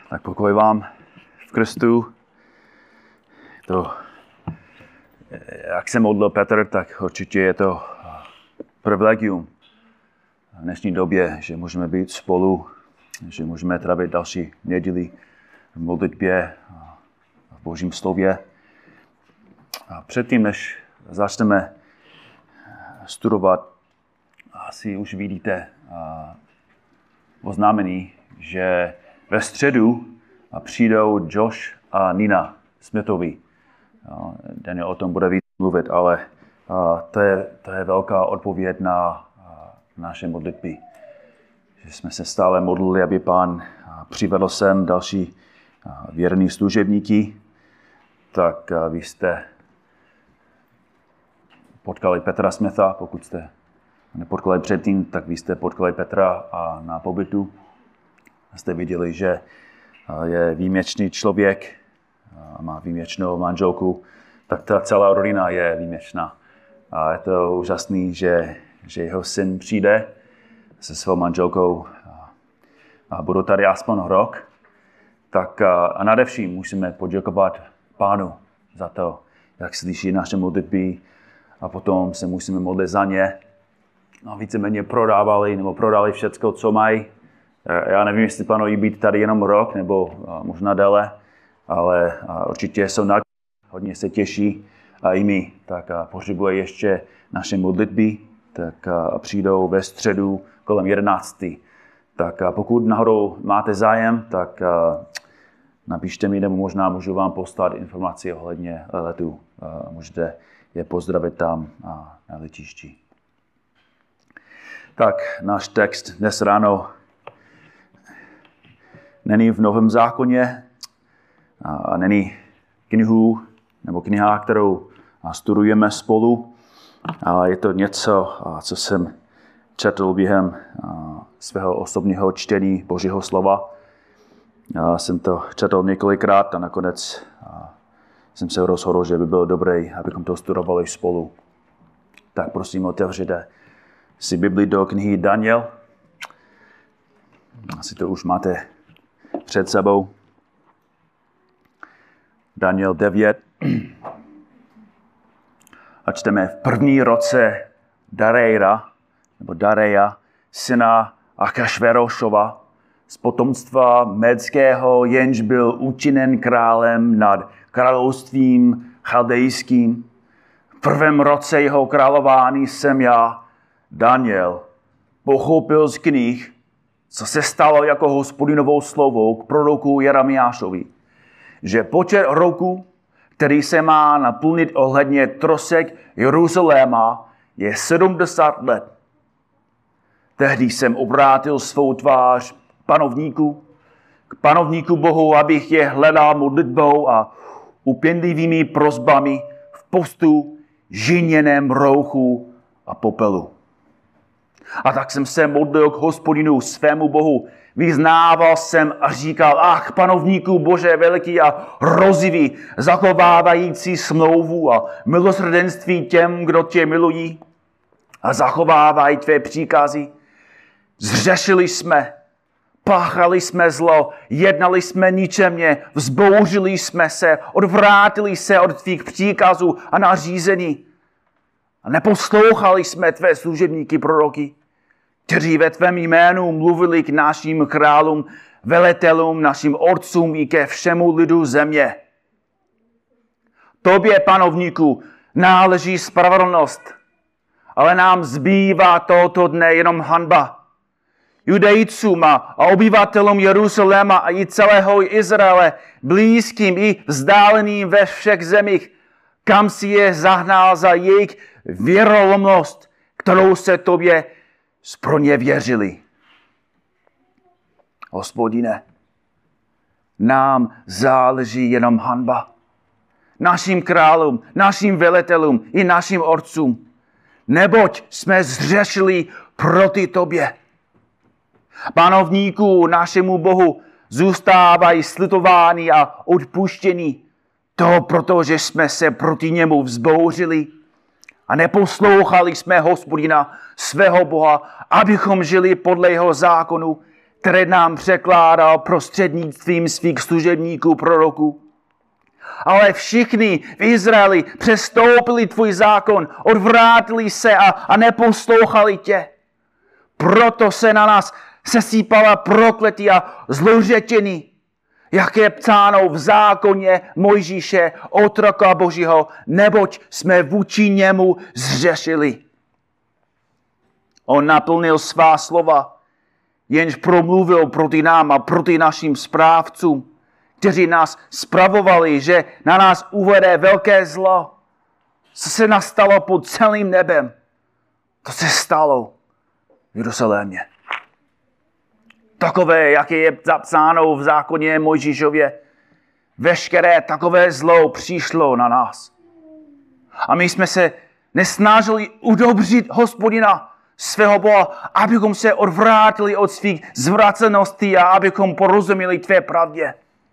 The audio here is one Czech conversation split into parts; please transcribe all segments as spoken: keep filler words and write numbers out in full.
Tak pokoj vám v Kristu. To, jak se modlil Petr, tak určitě je to privilegium v dnešní době, že můžeme být spolu, že můžeme trávit další neděli v modlitbě a v Božím slově. A předtím, než začneme studovat, asi už vidíte oznámení, že ve středu přijdou Josh a Nina Smithovi. Daniel o tom bude víc mluvit, ale to je, to je velká odpověď na naše modlitby. Že jsme se stále modlili, aby Pán přivedl sem další věrný služebníky, tak vy jste potkali Petra Smitha, pokud jste nepotkali předtím, tak vy jste potkali Petra a na pobytu. Jste viděli, že je výjimečný člověk a má výjimečnou manželku, tak ta celá rodina je výjimečná. A je to úžasný, že, že jeho syn přijde se svou manželkou a, a budou tady aspoň rok. Tak a, a nadevším musíme poděkovat Pánu za to, jak slyší naše modlitby, a potom se musíme modlit za ně. No, víceméně prodávali nebo prodali všecko, co mají. Já nevím, jestli plánují být tady jenom rok nebo možná déle, ale určitě jsou na hodně se těší a i my. Tak potřebuje ještě naše modlitby, tak přijdou ve středu kolem jedenácté. Tak pokud náhodou máte zájem, tak napište mi, nebo možná můžu vám poslat informaci ohledně letu. Můžete je pozdravit tam na letišti. Tak náš text dnes ráno není v Novém zákoně a není knihu nebo kniha, kterou studujeme spolu, ale je to něco, co jsem četl během svého osobního čtení Božího slova. Já jsem to četl několikrát a nakonec jsem se rozhodl, že by bylo dobré, abychom to studovali spolu. Tak prosím, otevřete si Bibli do knihy Daniel. Asi to už máte před sebou. Daniel devět. A čteme v první roce Dareira, nebo Dareja, syna Achashverošova, z potomstva Médského, jenž byl učiněn králem nad královstvím chaldejským. V prvém roce jeho králování jsem já, Daniel, pochopil z knih, co se stalo jako Hospodinovou slovo k proroku Jeremiášovi, že počet roku, který se má naplnit ohledně trosek Jeruzaléma, je sedmdesát let. Tehdy jsem obrátil svou tvář panovníku, k panovníku Bohu, abych je hledal modlitbou a upěnlivými prosbami v postu, žiněném rouchu a popelu. A tak jsem se modlil k Hospodinu svému Bohu. Vyznával jsem a říkal, ach, panovníku Bože veliký a hrozivý, zachovávající smlouvu a milosrdenství těm, kdo tě milují a zachovávají tvé příkazy. Zřešili jsme, páchali jsme zlo, jednali jsme ničemně, vzbouřili jsme se, odvrátili se od tvých příkazů a nařízení. A neposlouchali jsme tvé služebníky proroky, kteří ve tvém jménu mluvili k našim králům, velitelům, našim otcům i ke všemu lidu země. Tobě, panovníku, náleží spravedlnost, ale nám zbývá tohoto dne jenom hanba. Judejcům a obyvatelům Jeruzaléma a i celého Izraele, blízkým i vzdáleným ve všech zemích, kam si je zahnal za jejich věrolomnost, kterou se tobě zpronevěřili. Hospodine, nám záleží jenom hanba. Našim králům, našim velitelům i našim otcům, neboť jsme zřešili proti tobě. Panovníku našemu Bohu zůstávají slitováni a odpuštění. To proto, že jsme se proti němu vzbouřili a neposlouchali jsme Hospodina, svého Boha, abychom žili podle jeho zákonu, které nám překládal prostřednictvím svých služebníků proroků. Ale všichni v Izraeli přestoupili tvůj zákon, odvrátili se a, a neposlouchali tě. Proto se na nás sesýpala prokletí a zlořečení, jak je psáno v zákoně Mojžíše, otroka Božího, neboť jsme vůči němu zřešili. On naplnil svá slova, jenž promluvil proti nám a proti našim správcům, kteří nás spravovali, že na nás uvede velké zlo. Co se nastalo pod celým nebem, to se stalo v Jeruzalémě. Takové, jaké je zapsáno v zákoně Mojžíšově, veškeré takové zlo přišlo na nás. A my jsme se nesnažili udobřit Hospodina, svého Boha, abychom se odvrátili od svých zvraceností a abychom porozuměli tvé pravdě.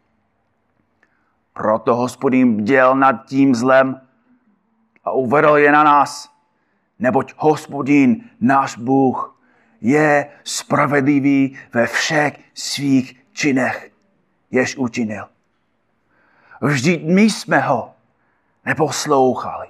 Proto Hospodin bděl nad tím zlem a uvedl je na nás, neboť Hospodin, náš Bůh, je spravedlivý ve všech svých činech, jež učinil. Vždyť my jsme ho neposlouchali.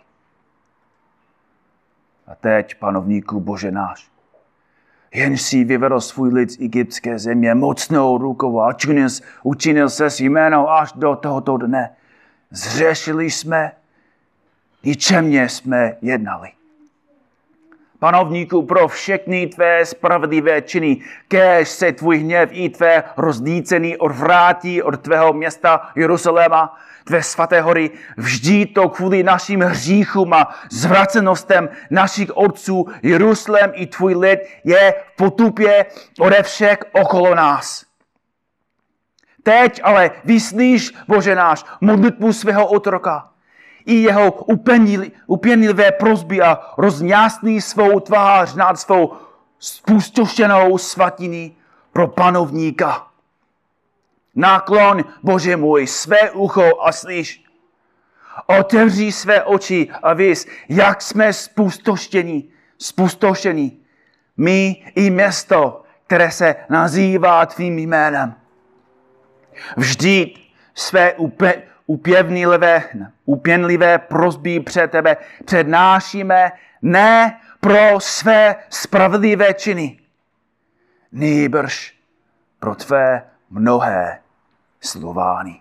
A teď, panovníku Bože náš, jenž si vyvedl svůj lid z egyptské země mocnou rukou a učinil, učinil se s jménem až do tohoto dne. Zřešili jsme, ničemně jsme jednali. Panovníku, pro všechny tvé spravedlivé činy, kéž se tvůj hněv i tvé rozdícený odvrátí od tvého města Jeruzaléma, tvé svaté hory, vždy to kvůli našim hříchům a zvracenostem našich otců Jeruzalém i tvůj lid je v potupě ode všech okolo nás. Teď ale vyslíš, Bože náš, modlitbu svého otroka i jeho upěnlivé prosby a rozňásný svou tvář nad svou spustošenou svatyní pro panovníka. Naklon, Bože můj, své ucho a slyš. Otevři své oči a vis, jak jsme spustoštěni, spustošení. My i město, které se nazývá tvým jménem. Vždyť své upě, upěvnivé, upěnlivé prosby před tebe přednášíme ne pro své spravedlivé činy, nýbrž pro tvé mnohé sluvání.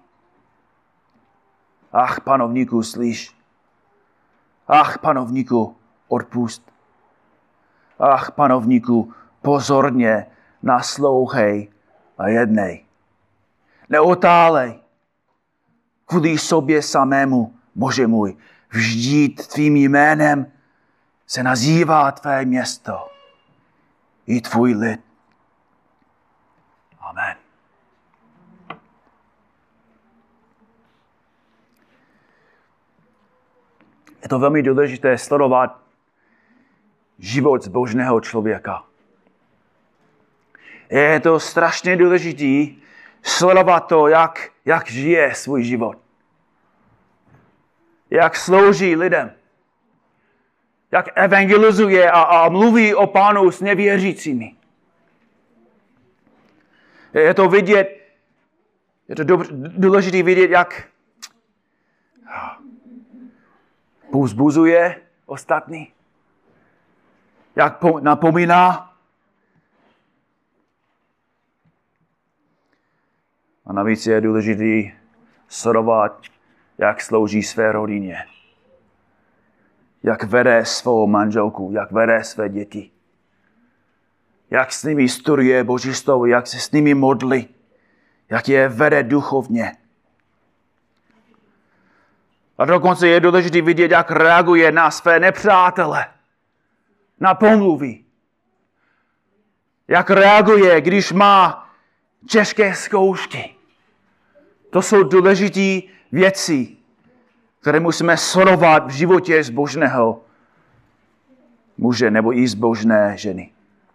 Ach, panovníku, slyš. Ach, panovníku, odpust. Ach, panovníku, pozorně naslouchej a jednej. Neotálej. Kvůli sobě samému, Bože můj, vždyť tvým jménem se nazývá tvé město i tvůj lid. Amen. Je to velmi důležité sledovat život zbožného člověka. Je to strašně důležité sledovat to, jak, jak žije svůj život. Jak slouží lidem. Jak evangelizuje a, a mluví o Pánu s nevěřícími. Je to vidět, je to důležité vidět, jak povzbuzuje ostatní. Jak napomíná. A navíc je důležité sledovat, jak slouží své rodině. Jak vede svou manželku, jak vede své děti. Jak s nimi studuje Boží slovo, jak se s nimi modlí. Jak je vede duchovně. A dokonce je důležité vidět, jak reaguje na své nepřátele. Na pomluvy. Jak reaguje, když má těžké zkoušky. To jsou důležité věci, které musíme sledovat v životě zbožného muže nebo i zbožné ženy.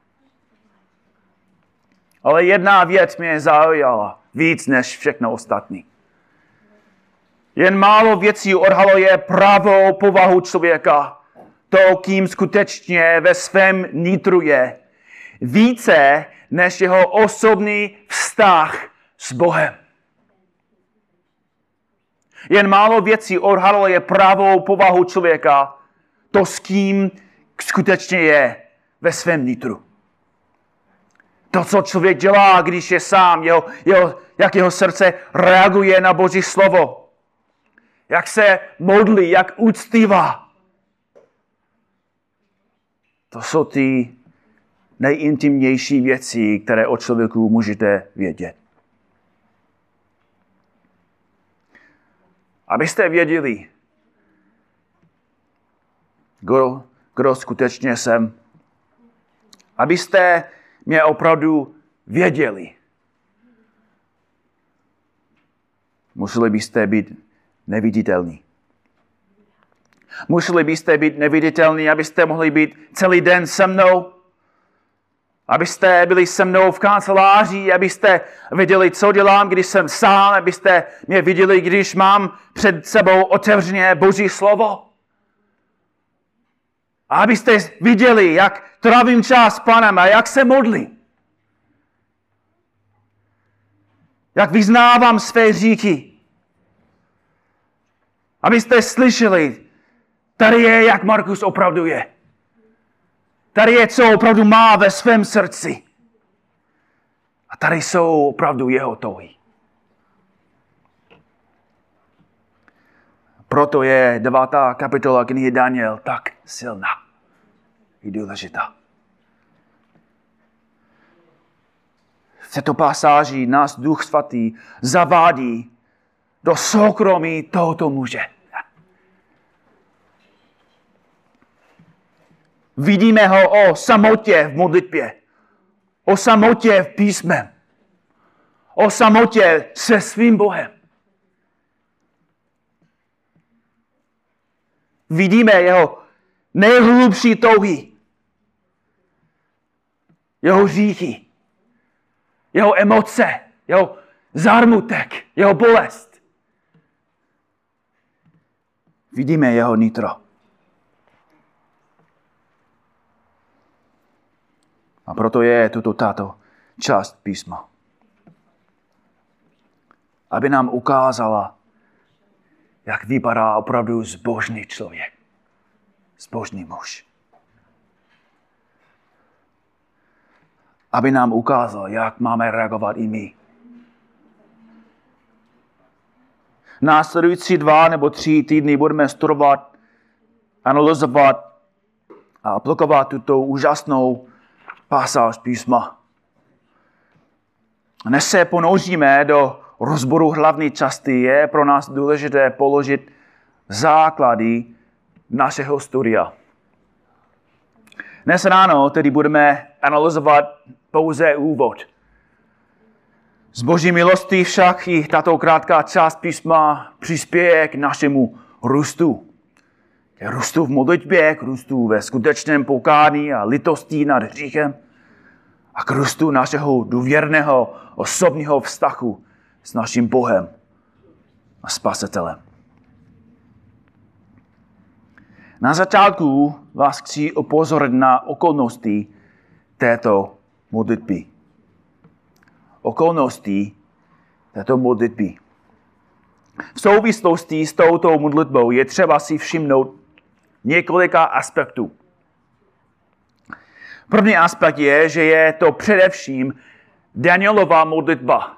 Ale jedna věc mě zaujala víc než všechno ostatní. Jen málo věcí odhaluje pravou povahu člověka, to, kým skutečně ve svém nitru je. Více než jeho osobní vztah s Bohem. Jen málo věcí odhaluje pravou povahu člověka, to s kým skutečně je ve svém nitru. To, co člověk dělá, když je sám, jeho, jeho, jak jeho srdce reaguje na Boží slovo. Jak se modlí, jak uctívá. To jsou ty nejintimnější věci, které o člověku můžete vědět. Abyste věděli, kdo, kdo skutečně jsem. Abyste mě opravdu věděli. Museli byste být neviditelní. Museli byste být neviditelní, abyste mohli být celý den se mnou. Abyste byli se mnou v kanceláři, abyste viděli, co dělám, když jsem sám, abyste mě viděli, když mám před sebou otevřené Boží slovo. A abyste viděli, jak trávím čas s Pánem a jak se modlím. Jak vyznávám své hříchy. Abyste slyšeli, tady je, jak Markus opravdu je. Tady je, co opravdu má ve svém srdci. A tady jsou opravdu jeho touhy. Proto je devátá kapitola knihy Daniel tak silná i důležitá. V této pasáži nás Duch Svatý zavádí do soukromí tohoto muže. Vidíme ho o samotě v modlitbě, o samotě v písmem, o samotě se svým Bohem. Vidíme jeho nejhlubší touhy, jeho hříchy, jeho emoce, jeho zármutek, jeho bolest. Vidíme jeho nitro. A proto je tuto tato část písma. Aby nám ukázala, jak vypadá opravdu zbožný člověk. Zbožný muž. Aby nám ukázal, jak máme reagovat i my. Následující dva nebo tři týdny budeme studovat, analyzovat a aplikovat tuto úžasnou pasáž písma. Než se ponoříme do rozboru hlavní části, je pro nás důležité položit základy našeho studia. Dnes ráno tedy budeme analyzovat pouze úvod. Z Boží milosti však i tato krátká část písma přispěje k našemu růstu. K růstu v modlitbě, k růstu ve skutečném pokání a litosti nad hříchem a k růstu našeho důvěrného osobního vztahu s naším Bohem a Spasitelem. Na začátku vás chci upozornit na okolnosti této modlitby. Okolnosti této modlitby. V souvislosti s touto modlitbou je třeba si všimnout několika aspektů. První aspekt je, že je to především Danielova modlitba.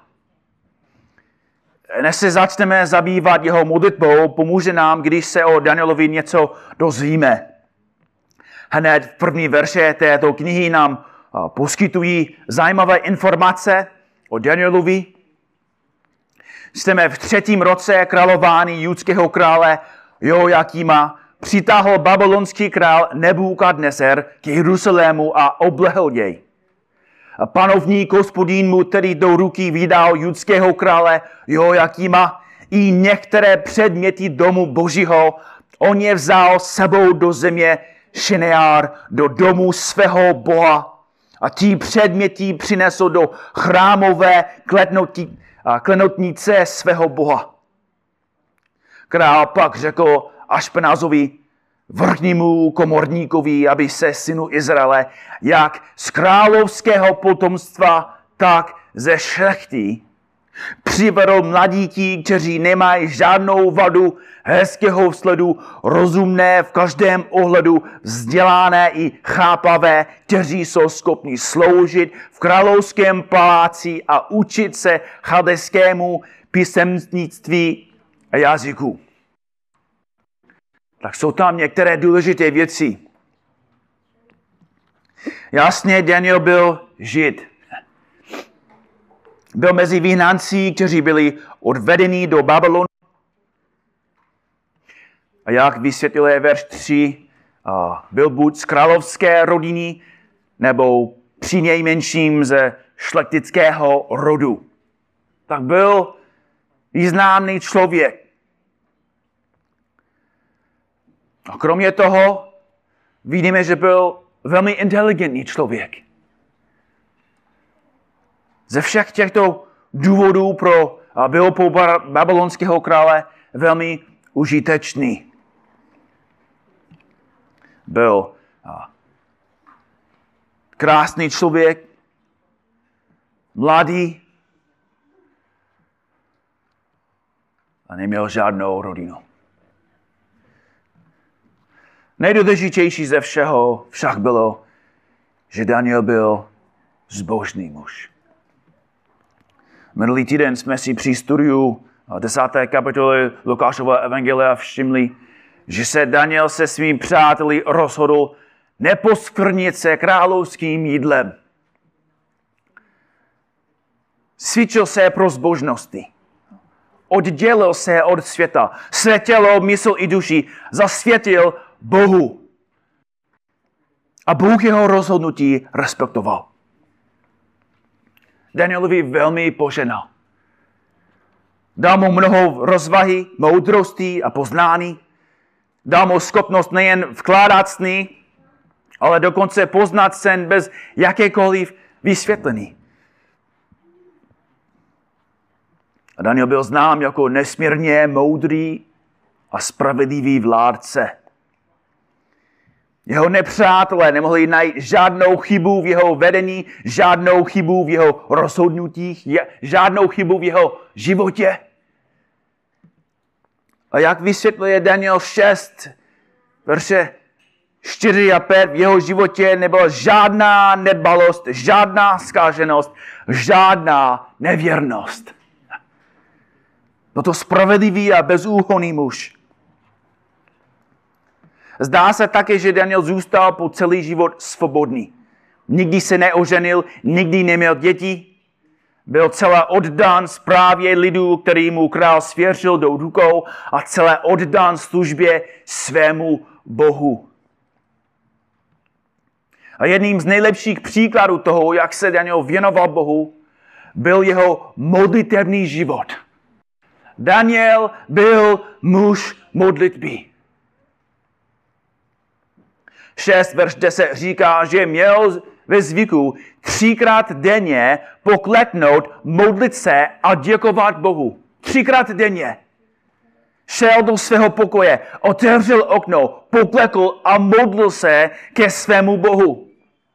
Než se začneme zabývat jeho modlitbou, pomůže nám, když se o Danielovi něco dozvíme. Hned v první verše této knihy nám poskytují zajímavé informace o Danielovi. Jsme v třetím roce králování judského krále Joakima. Přitáhl babylonský král Nebukadneser k Jeruzalému a oblehl jej. Panovník Hospodín mu tedy do ruky vydal judského krále Joakima i některé předměty domu Božího. On je vzal sebou do země Šineár, do domu svého Boha. A tí předměty přinesl do chrámové klenotnice svého Boha. Král pak řekl Ašpenázovi, vrchnímu komorníkovi, aby se synu Izraele, jak z královského potomstva, tak ze šlechty, přivedl mladíky, kteří nemají žádnou vadu, hezkého vzhledu, rozumné v každém ohledu, vzdělané i chápavé, kteří jsou schopni sloužit v královském paláci a učit se chaldejskému písemnictví a jazyku. Tak jsou tam některé důležité věci. Jasně, Daniel byl Žid. Byl mezi vyhnanci, kteří byli odvedeni do Babylonu. A jak vysvětluje verš tři, byl buď z královské rodiny, nebo přinejmenším ze šlechtického rodu. Tak byl významný člověk. A kromě toho vidíme, že byl velmi inteligentní člověk. Ze všech těchto důvodů pro byl po babylonského krále velmi užitečný. Byl krásný člověk, mladý a neměl žádnou rodinu. Nejdůležitější ze všeho však bylo, že Daniel byl zbožný muž. Minulý týden jsme si při studiu desáté kapitoly Lukášova evangelia všimli, že se Daniel se svými přáteli rozhodl neposkvrnit se královským jídlem. Svíčil se pro zbožnosti. Oddělil se od světa. Své tělo, mysl i duši zasvětil Bohu. A Bůh jeho rozhodnutí respektoval. Danielovi velmi poženal. Dal mu mnoho rozvahy, moudrosti a poznání. Dal mu schopnost nejen vkládat sny, ale dokonce poznat sen bez jakékoliv vysvětlení. A Daniel byl znám jako nesmírně moudrý a spravedlivý vládce. Jeho nepřátelé nemohli najít žádnou chybu v jeho vedení, žádnou chybu v jeho rozhodnutích, žádnou chybu v jeho životě. A jak vysvětluje Daniel šest, verše čtyři a pět, v jeho životě nebyla žádná nedbalost, žádná zkáženost, žádná nevěrnost. Byl to spravedlivý a bezúhonný muž. Zdá se také, že Daniel zůstal po celý život svobodný. Nikdy se neoženil, nikdy neměl děti. Byl celé oddán správě lidu, který mu král svěřil do rukou, a celé oddán službě svému Bohu. A jedním z nejlepších příkladů toho, jak se Daniel věnoval Bohu, byl jeho modlitevný život. Daniel byl muž modlitby. šest verš deset říká, že měl ve zvyku třikrát denně pokleknout, modlit se a děkovat Bohu. Třikrát denně. Šel do svého pokoje, otevřel okno, poklekl a modlil se ke svému Bohu.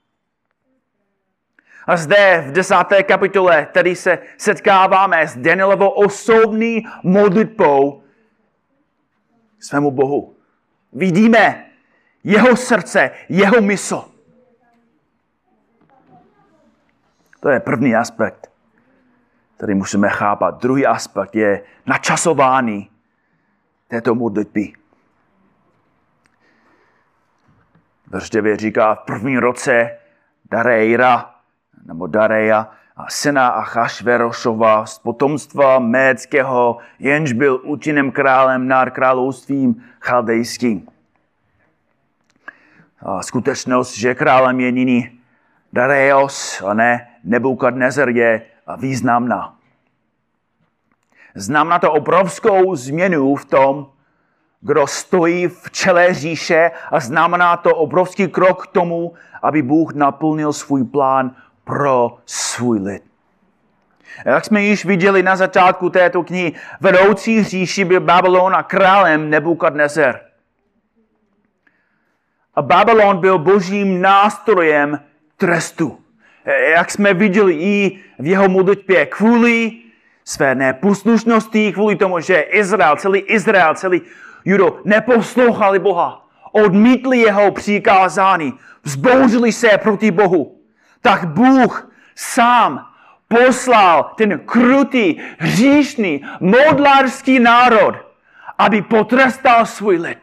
A zde v desáté kapitole tady se setkáváme s Danielovou osobní modlitbou svému Bohu. Vidíme jeho srdce, jeho mysl. To je první aspekt, který musíme chápat. Druhý aspekt je načasování této modlitby. Verš devět říká, v prvním roce Dareira, nebo Dareja, syna Achashverošova z potomstva Médského, jenž byl účinným králem nad královstvím chaldejským. A skutečnost, že králem je nyní Dareios a ne Nebukadnezar, je významná. Znamená to obrovskou změnu v tom, kdo stojí v čele říše, a znamená to obrovský krok k tomu, aby Bůh naplnil svůj plán pro svůj lid. Jak jsme již viděli na začátku této knihy, vedoucí říši byl Babylon a králem Nebukadnezar. A Babylon byl božím nástrojem trestu. Jak jsme viděli i v jeho modlitbě, kvůli své neposlušnosti, kvůli tomu, že Izrael, celý Izrael, celý Judo neposlouchali Boha, odmítli jeho přikázání, vzbouřili se proti Bohu, tak Bůh sám poslal ten krutý, hříšný, modlářský národ, aby potrestal svůj lid.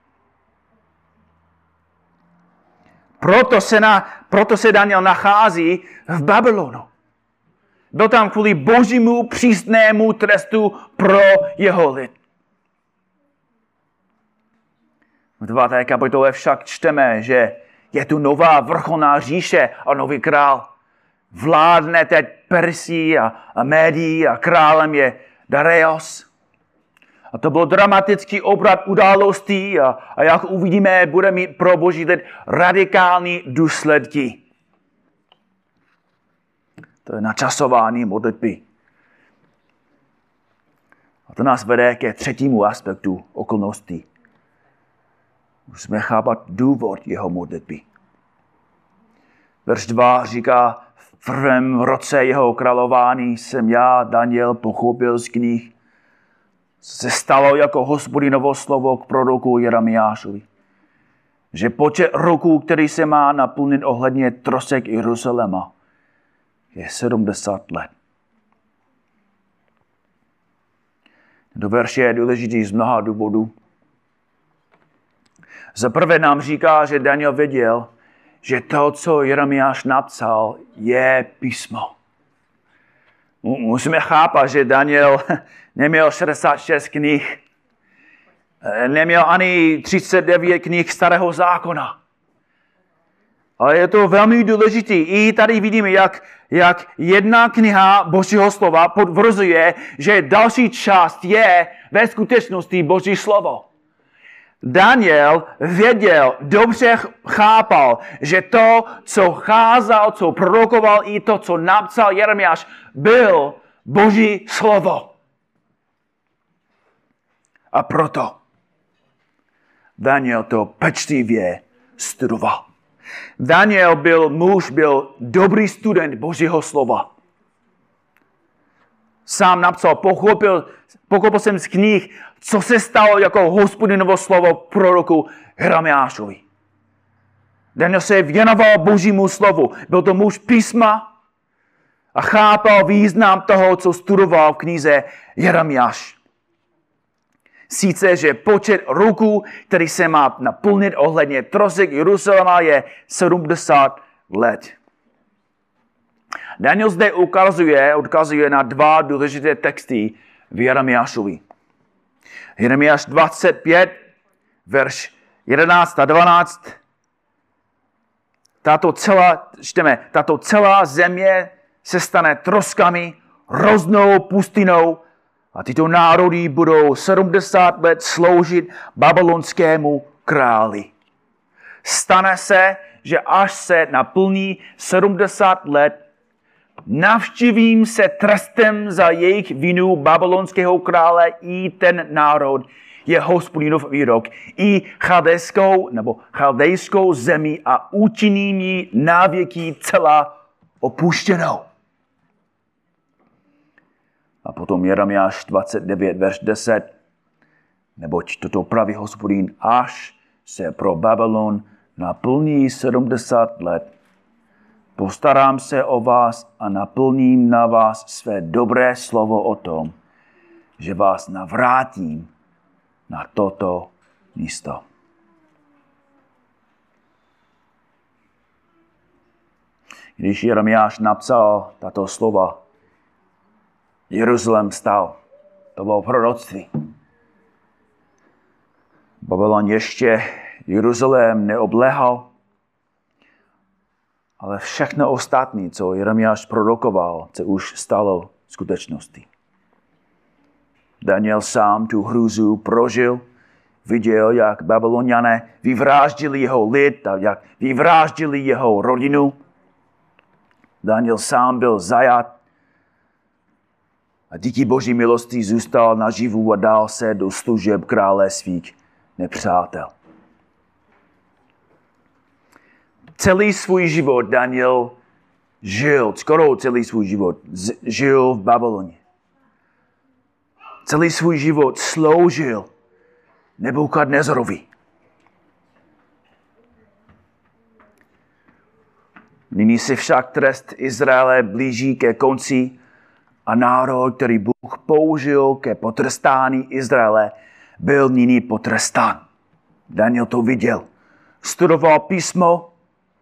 Proto se, na, proto se Daniel nachází v Babylonu. Byl tam kvůli božímu přísnému trestu pro jeho lid. V deváté kapitole však čteme, že je tu nová vrcholná říše a nový král. Vládne teď Persii a, a Médii a králem je Dareios. A to byl dramatický obrat událostí a, a jak uvidíme, bude mít pro boží lid radikální důsledky. To je načasování modlitby. A to nás vede ke třetímu aspektu okolností. Musíme chápat důvod jeho modlitby. Verš dva říká, v prvém roce jeho králování jsem já, Daniel, pochopil z knih, co se stalo jako Hospodinovo slovo k proroku Jeremiášovi. Že počet roků, který se má naplnit ohledně trosek Jeruzaléma, je sedmdesát let. Do verše je důležitý z mnoha důvodů. Za prvé nám říká, že Daniel věděl, že to, co Jeremiáš napsal, je písmo. Musíme chápat, že Daniel neměl šedesát šest knih, neměl ani třicet devět knih Starého zákona. Ale je to velmi důležité. I tady vidíme, jak, jak jedna kniha Božího slova potvrzuje, že další část je ve skutečnosti Boží slovo. Daniel věděl, dobře chápal, že to, co cházal, co prorokoval, i to, co napsal Jeremiáš, byl Boží slovo. A proto Daniel to pečlivě studoval. Daniel byl muž, byl dobrý student Božího slova. Sám napsal, pochopil, pochopil jsem z knih, co se stalo jako Hospodinovo slovo proroku Jeremiášovi. Daniel se věnoval Božímu slovu. Byl to muž písma a chápal význam toho, co studoval v knize Jeremiáš. Sice, že počet roků, který se má naplnit ohledně trosek Jeruzaléma, je sedmdesát let. Daniel zde ukazuje, ukazuje na dva důležité texty v Jeremiášovi. Jeremiáš dvacet pět, verš jedenáct a dvanáct. Tato celá, čteme, tato celá země se stane troskami, hroznou pustinou a tyto národy budou sedmdesát let sloužit babylonskému králi. Stane se, že až se naplní sedmdesát let, navštívím se trestem za jejich vinu babylonského krále i ten národ, je Hospodinův výrok, i chaldejskou nebo chaldejskou zemi a učiním ji navěky celá opuštěnou. A potom Jeremiáš dvacet devět, verš deset. Neboť toto praví Hospodin, až se pro Babylon naplní sedmdesát let. Postarám se o vás a naplním na vás své dobré slovo o tom, že vás navrátím na toto místo. Když Jeremiáš napsal tato slova, Jeruzalém stal. To bylo proroctví. Babylon ještě Jeruzalém neobléhal, ale všechno ostatní, co Jeremiáš prorokoval, se už stalo skutečností. Daniel sám tu hrůzu prožil, viděl, jak Babyloniané vyvráždili jeho lid a jak vyvráždili jeho rodinu. Daniel sám byl zajat a díky Boží milosti zůstal naživu a dal se do služeb krále svých nepřátel. Celý svůj život Daniel žil, skoro celý svůj život žil v Babyloně. Celý svůj život sloužil Nebukadnezarovi. Nyní se však trest Izraele blíží ke konci a národ, který Bůh použil ke potrestání Izraele, byl nyní potrestán. Daniel to viděl. Studoval písmo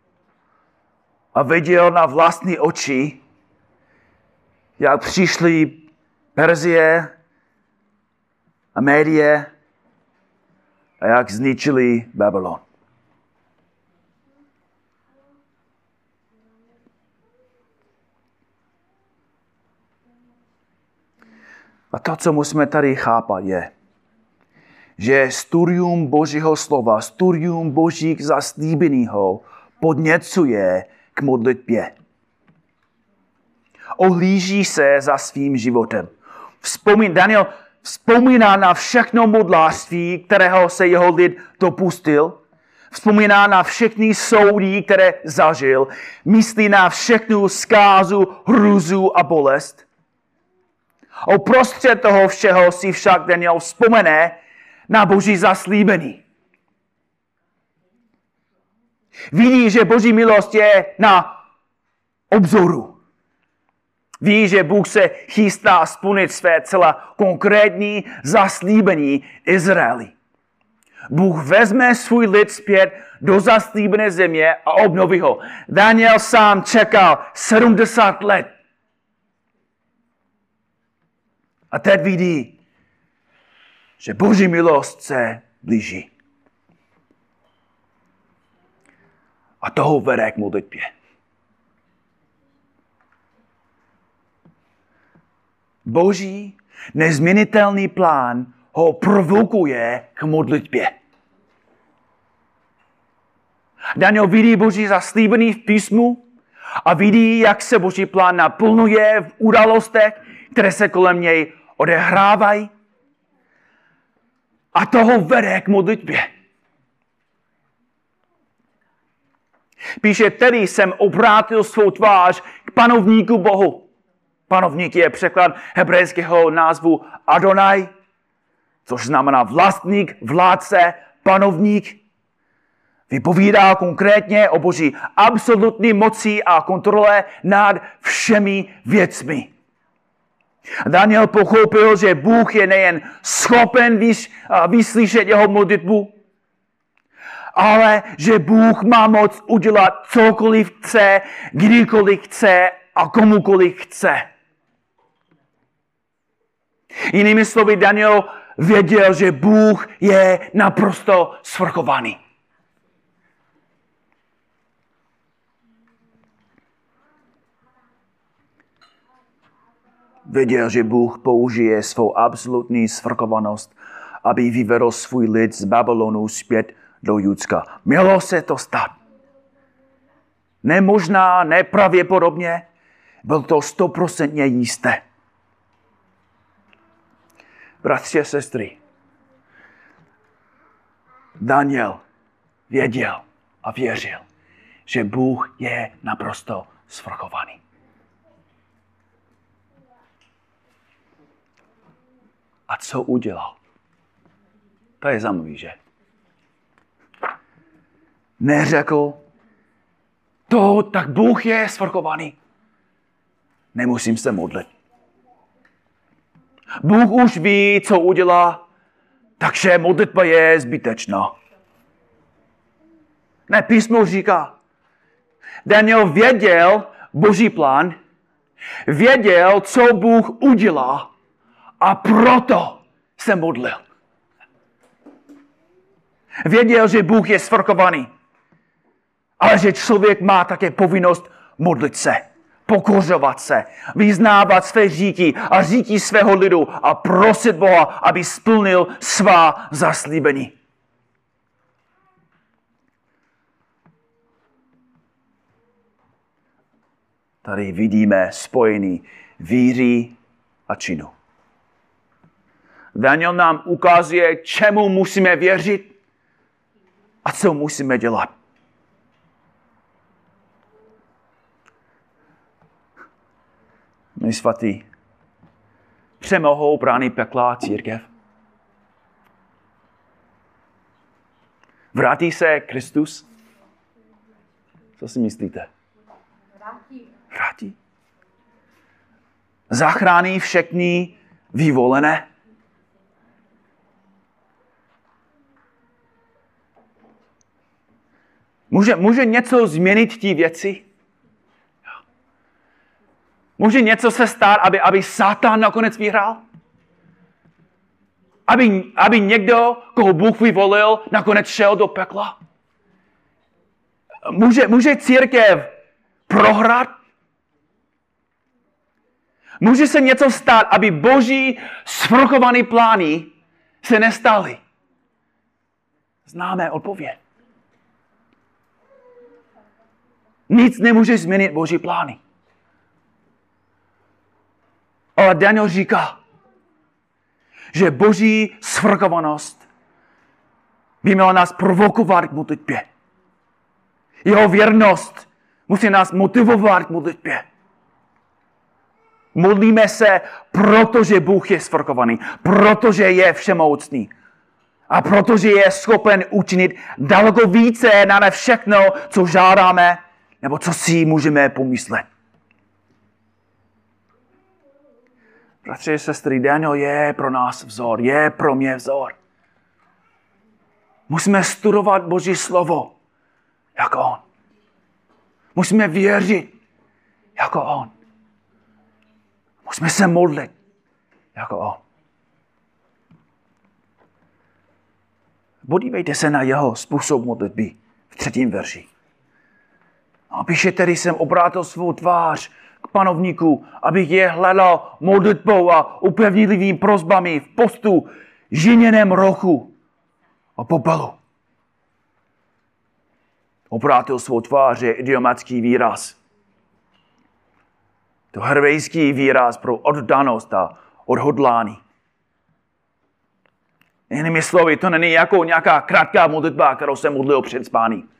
a viděl na vlastní oči, jak přišli Perzie a Médie a jak zničili Babylon. A to, co musíme tady chápat, je, že studium Božího slova, studium Božích zaslíbeného podněcuje k modlitbě. Ohlíží se za svým životem. Vzpomín, Daniel vzpomíná na všechno modlářství, kterého se jeho lid dopustil. Vzpomíná na všechny soudy, které zažil. Myslí na všechnu zkázu, hrůzu a bolest. Uprostřed toho všeho si však Daniel vzpomene na Boží zaslíbení. Vidí, že Boží milost je na obzoru. Ví, že Bůh se chystá splnit své celá konkrétní zaslíbení Izraeli. Bůh vezme svůj lid zpět do zaslíbené země a obnoví ho. Daniel sám čekal sedmdesát let. A teď vidí, že Boží milost se blíží. A toho vede k modlitbě. Boží nezměnitelný plán ho provokuje k modlitbě. Daniel vidí Boží zaslíbení v písmu a vidí, jak se Boží plán naplňuje v událostech, které se kolem něj odehrávají. A toho vede k modlitbě. Píše, tedy jsem obrátil svou tvář k panovníku Bohu. Panovník je překlad hebrejského názvu Adonai, což znamená vlastník, vládce, panovník. Vypovídá konkrétně o Boží absolutní moci a kontrole nad všemi věcmi. Daniel pochopil, že Bůh je nejen schopen vyslyšet jeho modlitbu, ale že Bůh má moc udělat cokoliv chce, kdykoliv chce a komukoliv chce. Jinými slovy, Daniel věděl, že Bůh je naprosto svrchovaný. Věděl, že Bůh použije svou absolutní svrchovanost, aby vyvedl svůj lid z Babylonu zpět do Judska. Mělo se to stát. Nemožná, nepravděpodobně, bylo to stoprocentně jisté. Bratři a sestry, Daniel věděl a věřil, že Bůh je naprosto svrchovaný. A co udělal? To je zajímavé, že? Neřekl, to tak Bůh je svrchovaný. Nemusím se modlit. Bůh už ví, co udělá, takže modlitba je zbytečná. Ne, písmo říká, Daniel věděl Boží plán, věděl, co Bůh udělá a proto se modlil. Věděl, že Bůh je svrchovaný, ale že člověk má také povinnost modlit se, pokořovat se, vyznávat své říky a říky svého lidu a prosit Boha, aby splnil svá zaslíbení. Tady vidíme spojení víry a činu. Daniel nám ukazuje, čemu musíme věřit a co musíme dělat. Můj svatý, přemohou brány pekla církev? Vrátí se Kristus? Co si myslíte? Vrátí. Vrátí. Zachrání všechny vyvolené? Může, může něco změnit tí věci? Může něco se stát, aby, aby Satan nakonec vyhrál? Aby, aby někdo, koho Bůh vyvolil, nakonec šel do pekla? Může, může církev prohrát? Může se něco stát, aby boží svrchované plány se nestaly? Známe odpověď. Nic nemůže změnit boží plány. Ale Daniel říká, že boží svrchovanost by měla nás provokovat k modlitbě. Jeho věrnost musí nás motivovat k modlitbě. Modlíme se, protože Bůh je svrchovaný, protože je všemocný a protože je schopen učinit daleko více na všechno, co žádáme, nebo co si můžeme pomyslet. Bratři a sestry, Daniel je pro nás vzor, je pro mě vzor. Musíme studovat Boží slovo jako on. Musíme věřit jako on. Musíme se modlit jako on. Podívejte se na jeho způsob modlitby v třetím verši. A píše tedy, jsem obrátil svou tvář k panovníku, abych je hledal modlitbou a upevnilivými prosbami v postu, žiněném rochu a popelu. Obrátil svou tvář je idiomatický výraz. To hebrejský výraz pro oddanost a odhodlání. Jinými slovy, to není jako nějaká krátká modlitba, kterou se modlil před spáním.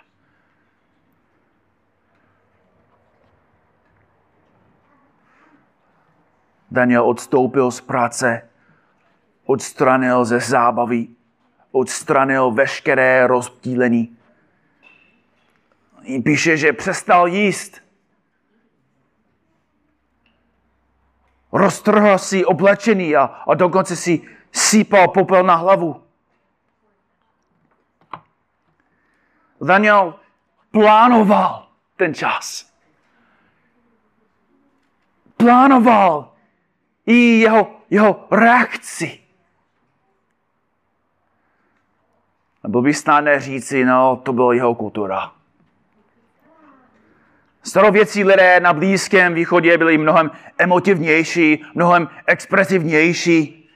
Daniel odstoupil z práce, odstranil ze zábavy, odstranil veškeré rozptýlení. Píše, že přestal jíst. Roztrhl si oblečení a, a dokonce si sípal popel na hlavu. Daniel plánoval ten čas. Plánoval i jeho, jeho reakci. Nebo by snadné říci, no, to byla jeho kultura. Starověcí lidé na Blízkém východě byli mnohem emotivnější, mnohem expresivnější.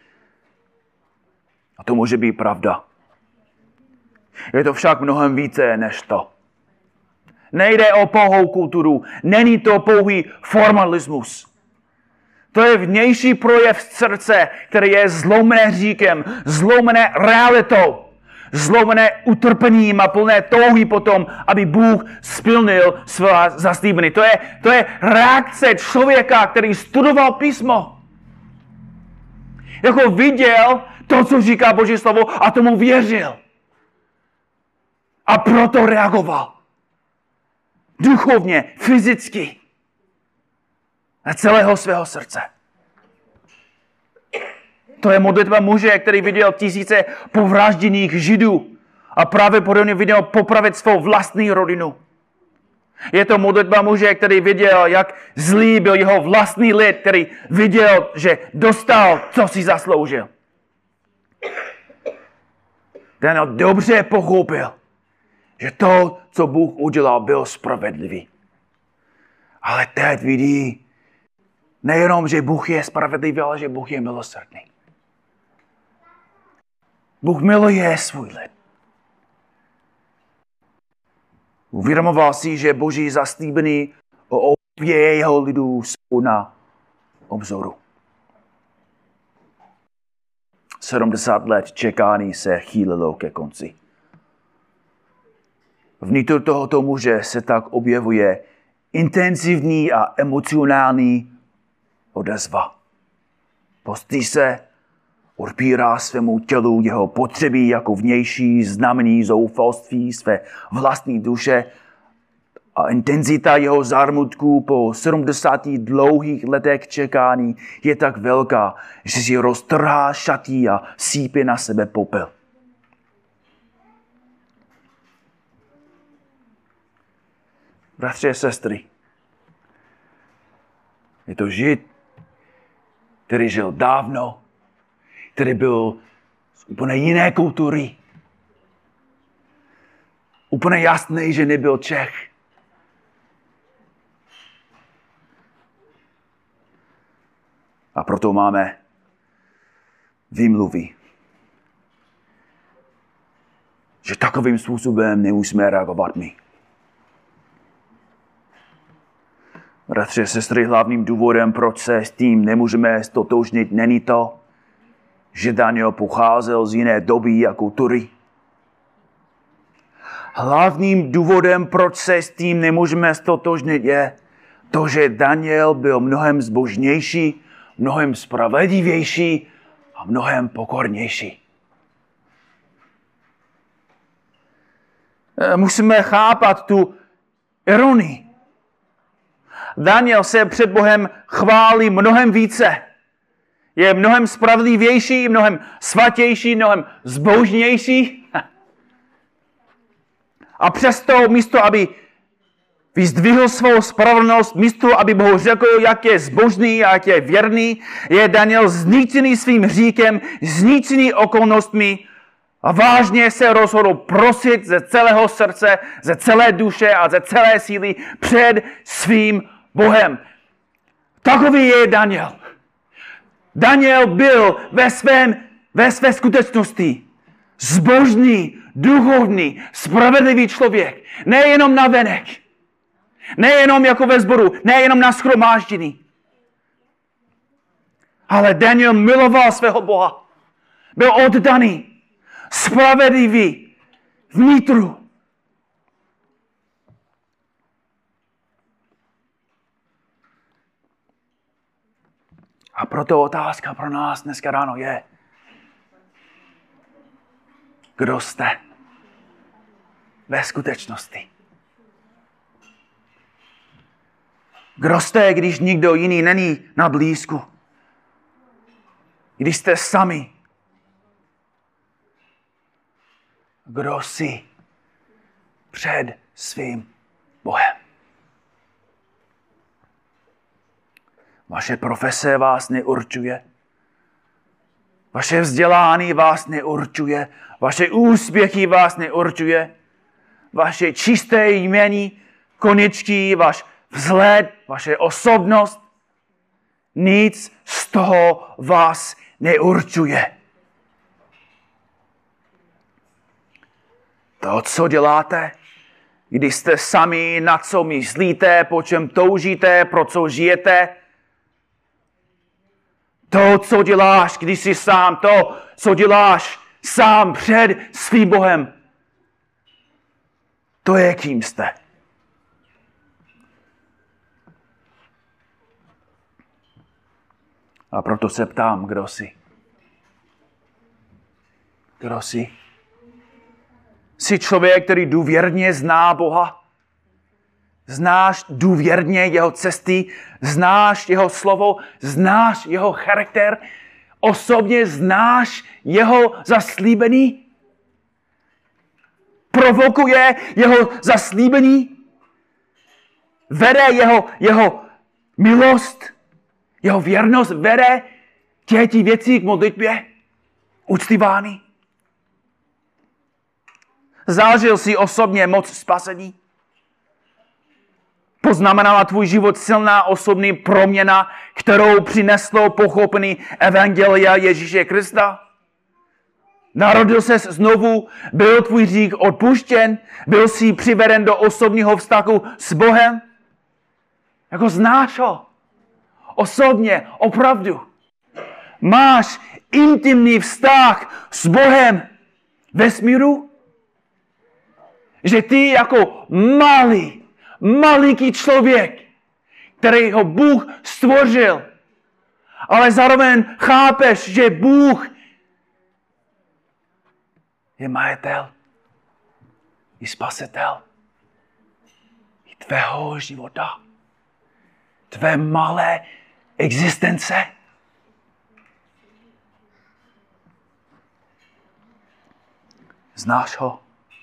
A to může být pravda. Je to však mnohem více než to. Nejde o pouhou kulturu, není to pouhý formalismus. To je vnější projev srdce, který je zlomené říkem, zlomené realitou, zlomené utrpením a plné touhy potom, aby Bůh splnil své zaslíbení. To je, to je reakce člověka, který studoval písmo. Jako viděl to, co říká Boží slovo a tomu věřil. A proto reagoval. Duchovně, fyzicky. Na celého svého srdce. To je modlitba muže, který viděl tisíce povražděných Židů a právě podobně viděl popravit svou vlastní rodinu. Je to modlitba muže, který viděl, jak zlý byl jeho vlastní lid, který viděl, že dostal, co si zasloužil. Daniel dobře pochopil, že to, co Bůh udělal, byl spravedlivý. Ale teď vidí, nejenom, že Bůh je spravedlivý, ale že Bůh je milosrdný. Bůh miluje svůj lid. Uvědomoval si, že Boží zaslíbení o obě jeho lidů jsou na obzoru. sedmdesát let čekání se chýlilo ke konci. Vnitř tohoto muže se tak objevuje intenzivní a emocionální odezva. Postí se, odpírá svému tělu jeho potřeby jako vnější znamení zoufalství své vlastní duše a intenzita jeho zármutků po sedmdesáti dlouhých letech čekání je tak velká, že si roztrhá šatí a sípě na sebe popel. Bratři a sestry, je to Žid, který žil dávno, který byl z úplně jiné kultury. Úplně jasný, že nebyl Čech. A proto máme výmluvy, že takovým způsobem nemusíme reagovat my. Bratři a sestry, hlavním důvodem, proč se s tím nemůžeme stotožnit, není to, že Daniel pocházel z jiné doby a kultury. Hlavním důvodem, proč se s tím nemůžeme stotožnit, je to, že Daniel byl mnohem zbožnější, mnohem spravedlivější a mnohem pokornější. Musíme chápat tu ironii. Daniel se před Bohem chválí mnohem více. Je mnohem spravedlivější, mnohem svatější, mnohem zbožnější. A přesto místo, aby vyzdvihl svou spravedlnost, místo, aby Bohu řekl, jak je zbožný a jak je věrný, je Daniel zničený svým hříkem, zničený okolnostmi a vážně se rozhodl prosit ze celého srdce, ze celé duše a ze celé síly před svým Bohem. Takový je Daniel. Daniel byl ve, svém, ve své skutečnosti zbožný, duchovní, spravedlivý člověk. Nejenom na venek. Nejenom jako ve sboru. Nejenom na shromáždění. Ale Daniel miloval svého Boha. Byl oddaný. Spravedlivý. Vnitru. A proto otázka pro nás dneska ráno je, kdo jste ve skutečnosti? Kdo jste, když nikdo jiný není na blízku? Když jste sami? Kdo jsi před svým Bohem? Vaše profese vás neurčuje. Vaše vzdělání vás neurčuje. Vaše úspěchy vás neurčuje. Vaše čisté jmění, koničky, váš vzhled, vaše osobnost. Nic z toho vás neurčuje. To, co děláte, když jste sami, na co myslíte, po čem toužíte, pro co žijete, to, co děláš, když jsi sám, to, co děláš sám před svým Bohem, to je, kým jste. A proto se ptám, kdo jsi? Kdo jsi? Jsi člověk, který důvěrně zná Boha? Znáš důvěrně jeho cesty, znáš jeho slovo, znáš jeho charakter, osobně znáš jeho zaslíbení? Provokuje jeho zaslíbení? Vede jeho, jeho milost, jeho věrnost, vede těti věcí k modlitbě, uctívání? Zažil jsi osobně moc spasení? Poznamenala tvůj život silná osobní proměna, kterou přineslo pochopení evangelia Ježíše Krista? Narodil ses znovu, byl tvůj hřích odpuštěn, byl jsi přiveden do osobního vztahu s Bohem? Jako znáš ho? Osobně, opravdu. Máš intimní vztah s Bohem ve smíru? Že ty jako malý, malinký člověk, který ho Bůh stvořil Ale zároveň chápeš, že Bůh je majitel i spasitel i tvého života, tvé malé existence. Znáš ho?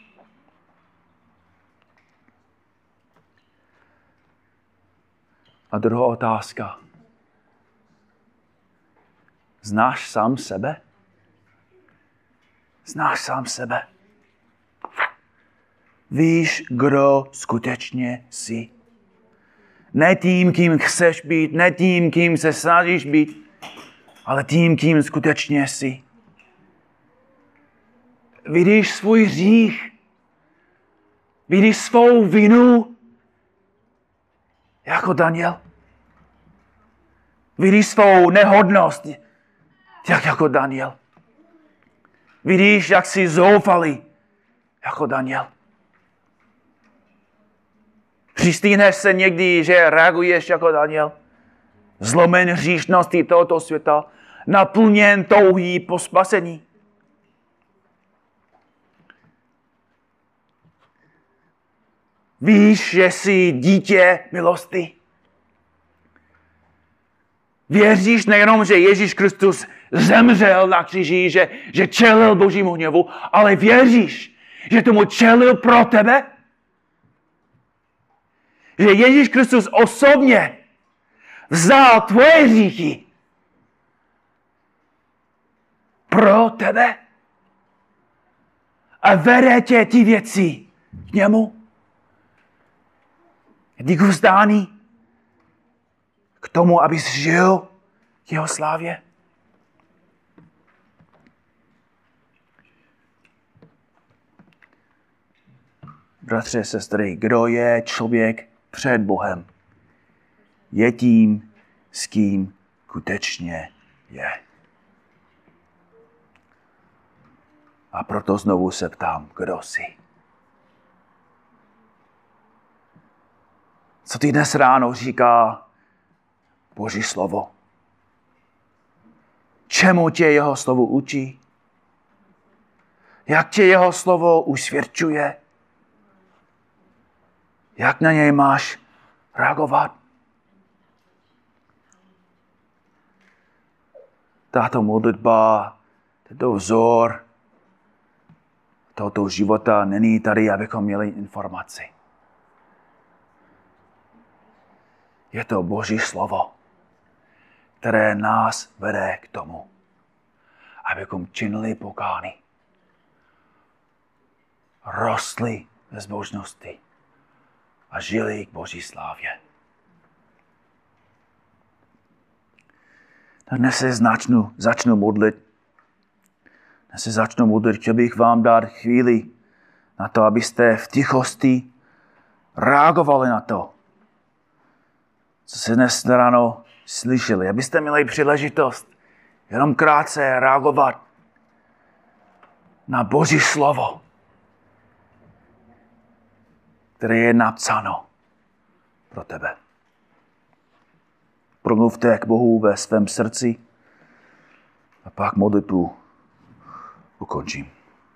A druhá otázka. Znáš sám sebe? Znáš sám sebe? Víš, kdo skutečně jsi? Ne tím, kým chceš být, ne tím, kým se snažíš být, ale tím, kým skutečně jsi. Vidíš svůj hřích? Vidíš svou vinu? Jako Daniel? Vidíš svou nehodnost? Jak jako Daniel? Vidíš, jak jsi zoufalý? Jako Daniel? Přistýhneš se někdy, že reaguješ jako Daniel? Zlomen hříšnosti tohoto světa, naplněn touhý po spasení. Víš, že jsi dítě milosti? Věříš nejenom, že Ježíš Kristus zemřel na kříži, že, že čelil Božímu hněvu, ale věříš, že tomu čelil pro tebe? Že Ježíš Kristus osobně vzal tvoje hříchy pro tebe a vede tě ty věci k němu? Díky vzdání k tomu, abys žil k jeho slávě. Bratře, sestry, kdo je člověk před Bohem? Je tím, s kým skutečně je. A proto znovu se ptám, kdo jsi? Co ti dnes ráno říká Boží slovo? Čemu tě jeho slovo učí? Jak tě jeho slovo usvědčuje? Jak na něj máš reagovat? Tato modlitba, tento vzor tohoto života není tady, abychom měli informaci. Je to Boží slovo, které nás vede k tomu, abychom činili pokání, rostli ve zbožnosti a žili k Boží slávě. Tak dnes se začnu, začnu modlit. Dnes se začnu modlit. Chtěl bych vám dát chvíli na to, abyste v tichosti reagovali na to, co se dnes ráno slyšeli. Abyste měli příležitost jenom krátce reagovat na Boží slovo, které je napsáno pro tebe. Promluvte k Bohu ve svém srdci a pak modlitbu ukončím.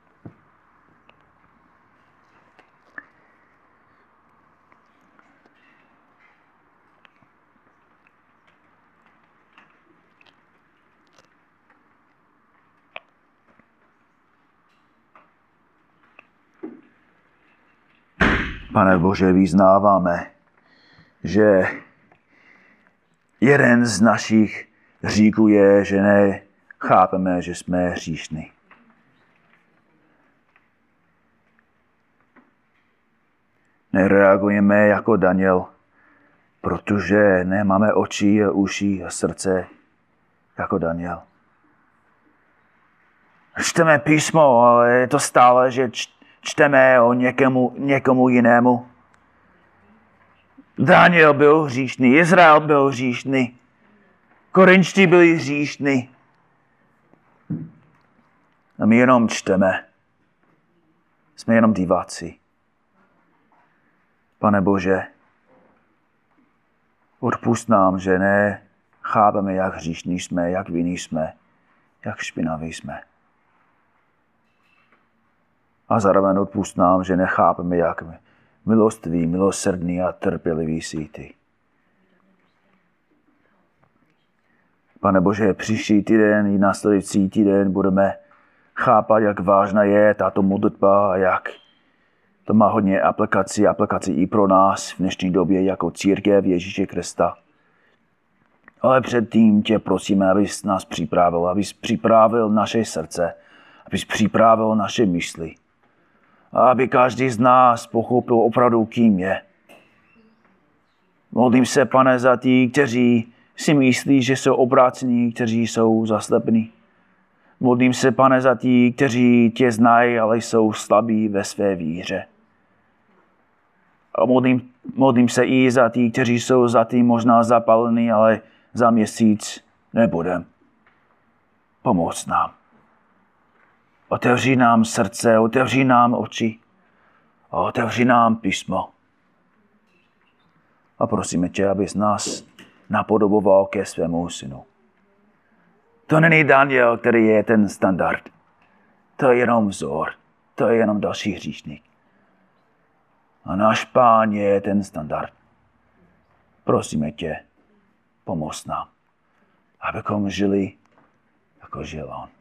Pane Bože, vyznáváme, že jeden z našich hříchů je, že nechápeme, že jsme hříšní. Nereagujeme jako Daniel, protože nemáme oči a uši a srdce jako Daniel. Čteme písmo, ale je to stále, že čteme o někomu, někomu jinému. Daniel byl hříšný, Izrael byl hříšný, Korinčtí byli hříšní. A my jenom čteme. Jsme jenom diváci. Pane Bože, odpusť nám, že chápeme, jak hříšní jsme, jak vinní jsme, jak špinaví jsme. A zároveň odpusť nám, že nechápeme, jak milostivý, milosrdný a trpělivý jsi ty. Pane Bože, příští týden i následující týden budeme chápat, jak vážná je tato modlitba a jak to má hodně aplikací, aplikací i pro nás v dnešní době jako církev Ježíše Krista. Ale předtím tě prosíme, abys nás připravil, abys připravil naše srdce, abys připravil naše mysli. A aby každý z nás pochopil opravdu, kým je. Modlím se, Pane, za ty, kteří si myslí, že jsou obrácení, kteří jsou zaslepení. Modlím se, Pane, za ty, kteří tě znají, ale jsou slabí ve své víře. A modlím, modlím se i za ty, kteří jsou za tím možná zapálení, ale za měsíc nebudem. Pomoc nám. Otevři nám srdce, otevři nám oči a otevři nám písmo. A prosíme tě, abys nás napodoboval ke svému synu. To není Daniel, který je ten standard. To je jenom vzor. To je jenom další hříšník. A náš Pán je ten standard. Prosíme tě, pomoz nám, abychom žili, jako žil on.